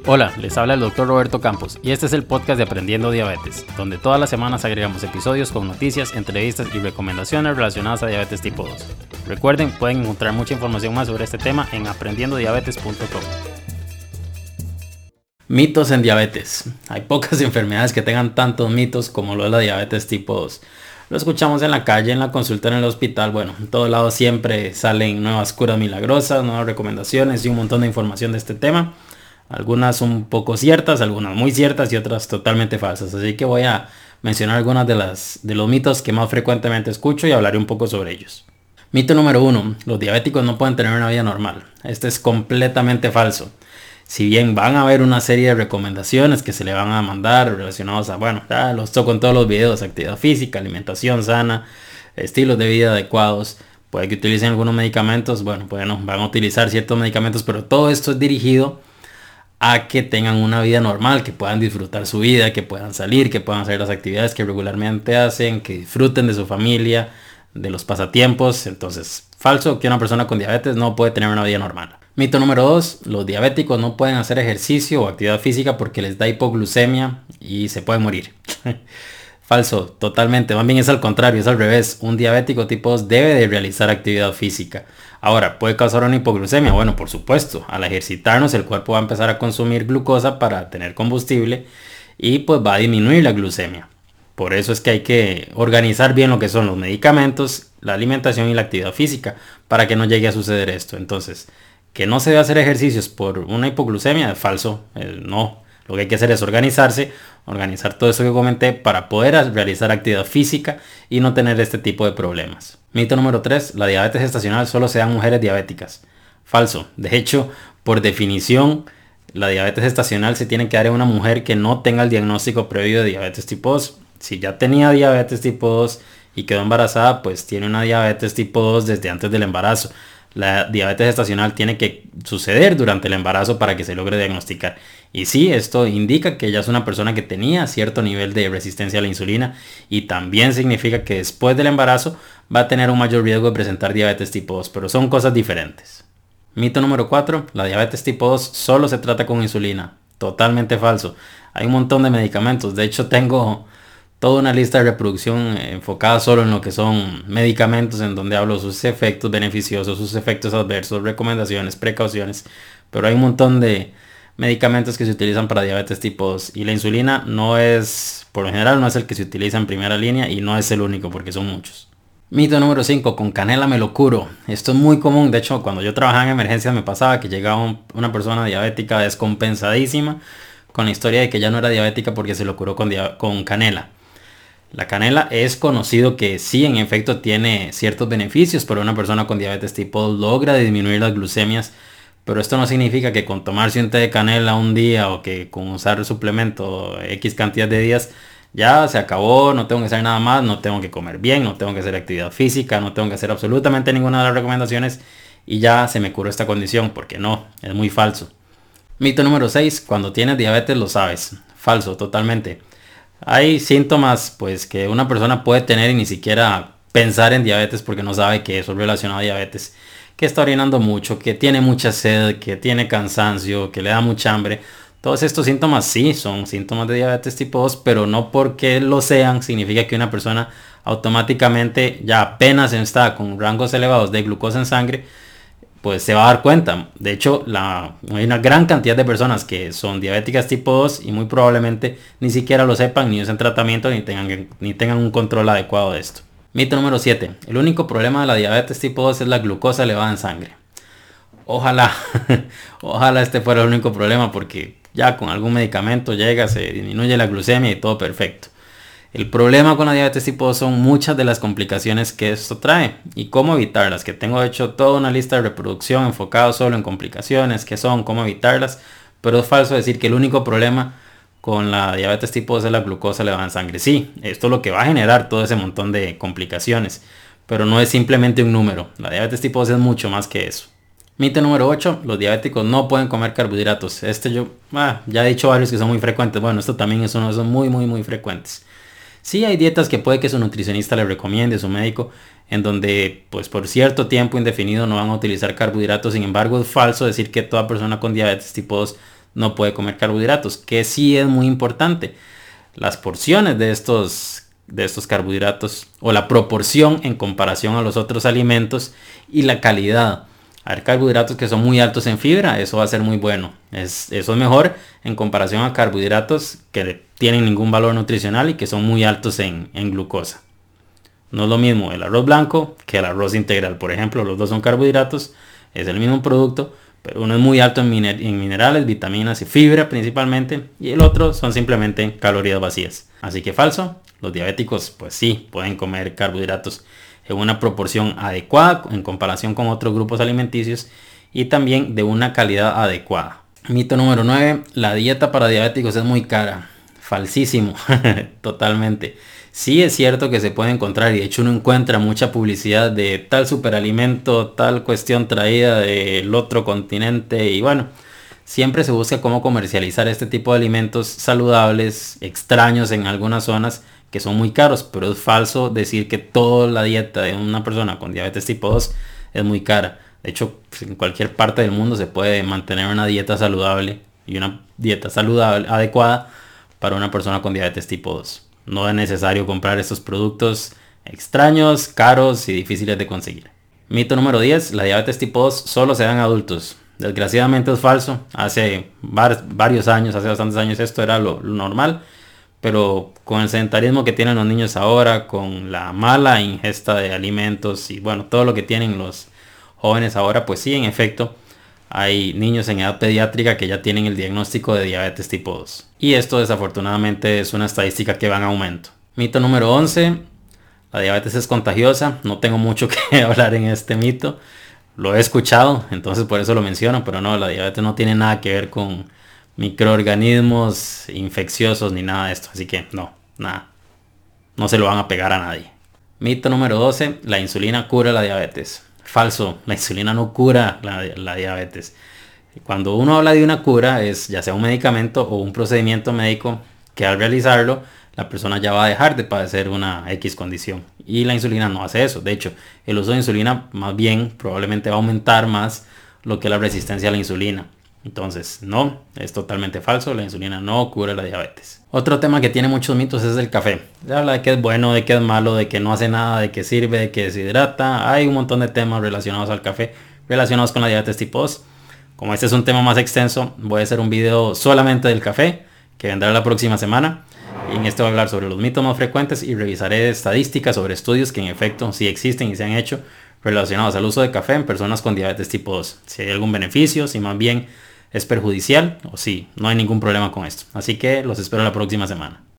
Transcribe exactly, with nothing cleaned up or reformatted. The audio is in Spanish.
Hola, les habla el doctor Roberto Campos y este es el podcast de Aprendiendo Diabetes, donde todas las semanas agregamos episodios con noticias, entrevistas y recomendaciones relacionadas a diabetes tipo dos. Recuerden, pueden encontrar mucha información más sobre este tema en aprendiendo diabetes punto com. Mitos en diabetes. Hay pocas enfermedades que tengan tantos mitos como lo es la diabetes tipo dos. Lo escuchamos en la calle, en la consulta, en el hospital, bueno, en todos lados siempre salen nuevas curas milagrosas, nuevas recomendaciones y un montón de información de este tema. Algunas un poco ciertas, algunas muy ciertas y otras totalmente falsas. Así que voy a mencionar algunas de, las, de los mitos que más frecuentemente escucho y hablaré un poco sobre ellos. Mito número uno. Los diabéticos no pueden tener una vida normal. Este es completamente falso. Si bien van a haber una serie de recomendaciones que se le van a mandar relacionados a, bueno, ya los toco en todos los videos, actividad física, alimentación sana, estilos de vida adecuados, puede que utilicen algunos medicamentos, bueno, bueno, van a utilizar ciertos medicamentos, pero todo esto es dirigido a que tengan una vida normal, que puedan disfrutar su vida, que puedan salir, que puedan hacer las actividades que regularmente hacen, que disfruten de su familia, de los pasatiempos. Entonces, falso que una persona con diabetes no puede tener una vida normal. Mito número dos. Los diabéticos no pueden hacer ejercicio o actividad física porque les da hipoglucemia y se pueden morir. Falso, totalmente. Más bien es al contrario, es al revés. Un diabético tipo dos debe de realizar actividad física. Ahora, ¿puede causar una hipoglucemia? Bueno, por supuesto. Al ejercitarnos el cuerpo va a empezar a consumir glucosa para tener combustible y pues va a disminuir la glucemia. Por eso es que hay que organizar bien lo que son los medicamentos, la alimentación y la actividad física para que no llegue a suceder esto. Entonces, que no se debe hacer ejercicios por una hipoglucemia es falso. Eh, no. Lo que hay que hacer es organizarse, organizar todo eso que comenté para poder realizar actividad física y no tener este tipo de problemas. Mito número tres. La diabetes gestacional solo se da en mujeres diabéticas. Falso. De hecho, por definición, la diabetes gestacional se tiene que dar en una mujer que no tenga el diagnóstico previo de diabetes tipo dos. Si ya tenía diabetes tipo dos y quedó embarazada, pues tiene una diabetes tipo dos desde antes del embarazo. La diabetes gestacional tiene que suceder durante el embarazo para que se logre diagnosticar. Y sí, esto indica que ella es una persona que tenía cierto nivel de resistencia a la insulina y también significa que después del embarazo va a tener un mayor riesgo de presentar diabetes tipo dos, pero son cosas diferentes. Mito número cuatro. La diabetes tipo dos solo se trata con insulina. Totalmente falso. Hay un montón de medicamentos. De hecho, tengo toda una lista de reproducción enfocada solo en lo que son medicamentos, en donde hablo sus efectos beneficiosos, sus efectos adversos, recomendaciones, precauciones. Pero hay un montón de medicamentos que se utilizan para diabetes tipo dos y la insulina no es, por lo general, no es el que se utiliza en primera línea y no es el único porque son muchos. Mito número cinco. Con canela me lo curo. Esto es muy común. De hecho, cuando yo trabajaba en emergencias me pasaba que llegaba un, una persona diabética descompensadísima con la historia de que ya no era diabética porque se lo curó con, con canela. La canela es conocido que sí, en efecto tiene ciertos beneficios, pero una persona con diabetes tipo dos logra disminuir las glucemias, pero esto no significa que con tomarse un té de canela un día o que con usar el suplemento X cantidad de días ya se acabó, no tengo que hacer nada más, no tengo que comer bien, no tengo que hacer actividad física, no tengo que hacer absolutamente ninguna de las recomendaciones y ya se me curó esta condición, porque no, es muy falso. Mito número seis. Cuando tienes diabetes lo sabes. Falso, totalmente. Hay síntomas pues que una persona puede tener y ni siquiera pensar en diabetes porque no sabe que eso es relacionado a diabetes. Que está orinando mucho, que tiene mucha sed, que tiene cansancio, que le da mucha hambre. Todos estos síntomas sí son síntomas de diabetes tipo dos, pero no porque lo sean significa que una persona automáticamente ya apenas está con rangos elevados de glucosa en sangre, pues se va a dar cuenta. De hecho, la, hay una gran cantidad de personas que son diabéticas tipo dos y muy probablemente ni siquiera lo sepan, ni usen tratamiento, ni tengan, ni tengan un control adecuado de esto. Mito número siete. El único problema de la diabetes tipo dos es la glucosa elevada en sangre. Ojalá, ojalá este fuera el único problema, porque ya con algún medicamento llega, se disminuye la glucemia y todo perfecto. El problema con la diabetes tipo dos son muchas de las complicaciones que esto trae y cómo evitarlas, que tengo hecho toda una lista de reproducción enfocada solo en complicaciones, qué son, cómo evitarlas, pero es falso decir que el único problema con la diabetes tipo dos es la glucosa elevada en sangre. Sí, esto es lo que va a generar todo ese montón de complicaciones, pero no es simplemente un número. La diabetes tipo dos es mucho más que eso. Mito número ocho. Los diabéticos no pueden comer carbohidratos. Este yo ah, ya he dicho varios que son muy frecuentes. Bueno, esto también es uno de esos muy muy muy frecuentes. Sí, hay dietas que puede que su nutricionista le recomiende, su médico, en donde pues por cierto tiempo indefinido no van a utilizar carbohidratos. Sin embargo, es falso decir que toda persona con diabetes tipo dos no puede comer carbohidratos, que sí es muy importante. Las porciones de estos, de estos carbohidratos o la proporción en comparación a los otros alimentos y la calidad. Hay carbohidratos que son muy altos en fibra, eso va a ser muy bueno. Es, eso es mejor en comparación a carbohidratos que tienen ningún valor nutricional y que son muy altos en, en glucosa. No es lo mismo el arroz blanco que el arroz integral. Por ejemplo, los dos son carbohidratos, es el mismo producto, pero uno es muy alto en, miner en minerales, vitaminas y fibra principalmente, y el otro son simplemente calorías vacías. Así que falso, los diabéticos pues sí pueden comer carbohidratos en una proporción adecuada en comparación con otros grupos alimenticios y también de una calidad adecuada. Mito número nueve, la dieta para diabéticos es muy cara. Falsísimo, totalmente. Sí es cierto que se puede encontrar, y de hecho uno encuentra mucha publicidad de tal superalimento, tal cuestión traída del otro continente, y bueno, siempre se busca cómo comercializar este tipo de alimentos saludables, extraños en algunas zonas, que son muy caros, pero es falso decir que toda la dieta de una persona con diabetes tipo dos es muy cara. De hecho, en cualquier parte del mundo se puede mantener una dieta saludable y una dieta saludable adecuada para una persona con diabetes tipo dos. No es necesario comprar estos productos extraños, caros y difíciles de conseguir. Mito número diez. La diabetes tipo dos solo se da en adultos. Desgraciadamente es falso. Hace varios años, hace bastantes años esto era lo, lo normal. Pero con el sedentarismo que tienen los niños ahora, con la mala ingesta de alimentos y bueno, todo lo que tienen los jóvenes ahora, pues sí, en efecto, hay niños en edad pediátrica que ya tienen el diagnóstico de diabetes tipo dos. Y esto desafortunadamente es una estadística que va en aumento. Mito número once. La diabetes es contagiosa. No tengo mucho que hablar en este mito. Lo he escuchado, entonces por eso lo menciono. Pero no, la diabetes no tiene nada que ver con microorganismos infecciosos ni nada de esto. Así que no, nada. No se lo van a pegar a nadie. Mito número doce. La insulina cura la diabetes. Falso, la insulina no cura la, la diabetes. Cuando uno habla de una cura es ya sea un medicamento o un procedimiento médico que al realizarlo la persona ya va a dejar de padecer una X condición. Y la insulina no hace eso. De hecho, el uso de insulina más bien probablemente va a aumentar más lo que es la resistencia a la insulina. Entonces, no, es totalmente falso. La insulina no cura la diabetes. Otro tema que tiene muchos mitos es el café. Se habla de que es bueno, de que es malo, de que no hace nada, de que sirve, de que deshidrata. Hay un montón de temas relacionados al café, relacionados con la diabetes tipo dos. Como este es un tema más extenso, voy a hacer un video solamente del café, que vendrá la próxima semana. Y en este voy a hablar sobre los mitos más frecuentes y revisaré estadísticas sobre estudios que en efecto sí existen y se han hecho relacionados al uso de café en personas con diabetes tipo dos. Si hay algún beneficio, si más bien es perjudicial o si no hay ningún problema con esto. Así que los espero la próxima semana.